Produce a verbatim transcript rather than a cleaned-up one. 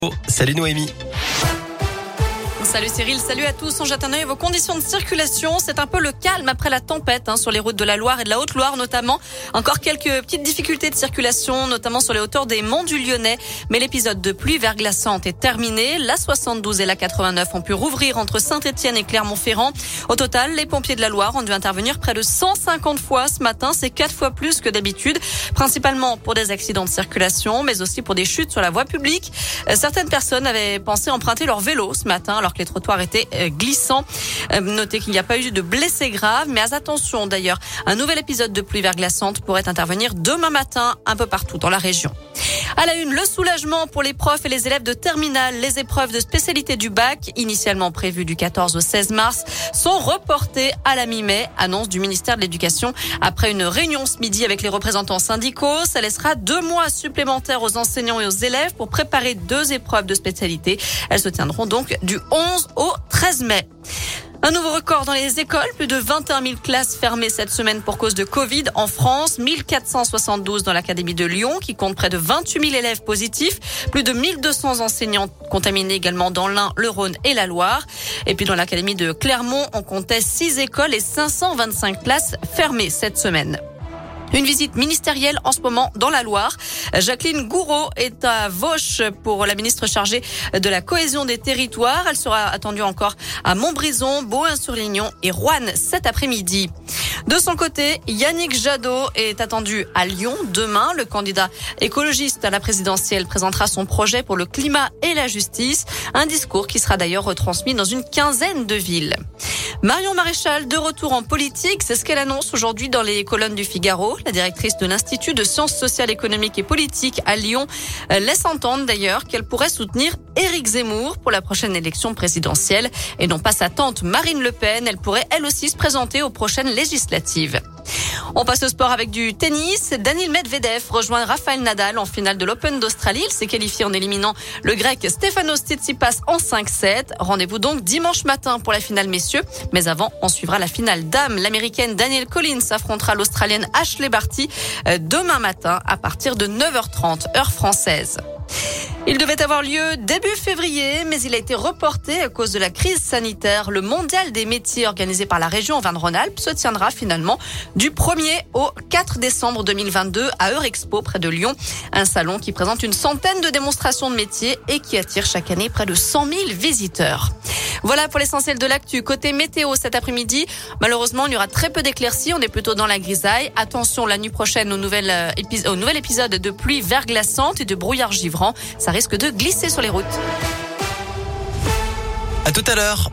Oh, salut Noémie. Salut Cyril, salut à tous. On jette un œil à vos conditions de circulation. C'est un peu le calme après la tempête hein, sur les routes de la Loire et de la Haute-Loire notamment. Encore quelques petites difficultés de circulation, notamment sur les hauteurs des Monts du Lyonnais. Mais l'épisode de pluie verglaçante est terminé. La soixante-douze et la quatre-vingt-neuf ont pu rouvrir entre Saint-Étienne et Clermont-Ferrand. Au total, les pompiers de la Loire ont dû intervenir près de cent cinquante fois ce matin. C'est quatre fois plus que d'habitude, principalement pour des accidents de circulation, mais aussi pour des chutes sur la voie publique. Certaines personnes avaient pensé emprunter leur vélo ce matin alors que les trottoirs étaient glissants. Notez qu'il n'y a pas eu de blessés graves, mais attention d'ailleurs, un nouvel épisode de pluie verglaçante pourrait intervenir demain matin un peu partout dans la région. À la une, le soulagement pour les profs et les élèves de terminale. Les épreuves de spécialité du bac, initialement prévues du quatorze au seize mars, sont reportées à la mi-mai, annonce du ministère de l'Éducation. Après une réunion ce midi avec les représentants syndicaux, ça laissera deux mois supplémentaires aux enseignants et aux élèves pour préparer deux épreuves de spécialité. Elles se tiendront donc du onze au treize mai. Un nouveau record dans les écoles, plus de vingt et un mille classes fermées cette semaine pour cause de Covid en France, mille quatre cent soixante-douze dans l'académie de Lyon qui compte près de vingt-huit mille élèves positifs, plus de mille deux cents enseignants contaminés également dans l'Ain, le Rhône et la Loire. Et puis dans l'académie de Clermont, on comptait six écoles et cinq cent vingt-cinq classes fermées cette semaine. Une visite ministérielle en ce moment dans la Loire. Jacqueline Gouraud est à Vauche pour la ministre chargée de la cohésion des territoires. Elle sera attendue encore à Montbrison, Bohain-sur-Lignon et Roanne cet après-midi. De son côté, Yannick Jadot est attendu à Lyon demain. Le candidat écologiste à la présidentielle présentera son projet pour le climat et la justice. Un discours qui sera d'ailleurs retransmis dans une quinzaine de villes. Marion Maréchal, de retour en politique, c'est ce qu'elle annonce aujourd'hui dans les colonnes du Figaro. La directrice de l'Institut de sciences sociales, économiques et politiques à Lyon laisse entendre d'ailleurs qu'elle pourrait soutenir Éric Zemmour pour la prochaine élection présidentielle. Et non pas sa tante Marine Le Pen, elle pourrait elle aussi se présenter aux prochaines législatives. On passe au sport avec du tennis. Daniil Medvedev rejoint Rafael Nadal en finale de l'Open d'Australie. Il s'est qualifié en éliminant le grec Stefanos Tsitsipas en cinq sept. Rendez-vous donc dimanche matin pour la finale messieurs. Mais avant, on suivra la finale dames. L'américaine Danielle Collins affrontera l'Australienne Ashley Barty demain matin à partir de neuf heures trente, heure française. Il devait avoir lieu début février, mais il a été reporté à cause de la crise sanitaire. Le mondial des métiers organisé par la région Auvergne-Rhône-Alpes se tiendra finalement du premier au quatre décembre deux mille vingt-deux à Eurexpo près de Lyon. Un salon qui présente une centaine de démonstrations de métiers et qui attire chaque année près de cent mille visiteurs. Voilà pour l'essentiel de l'actu. Côté météo cet après-midi, malheureusement, il y aura très peu d'éclaircies. On est plutôt dans la grisaille. Attention la nuit prochaine au nouvel, euh, épi- au nouvel épisode de pluie verglaçante et de brouillard givrant. Ça risque de glisser sur les routes. À tout à l'heure.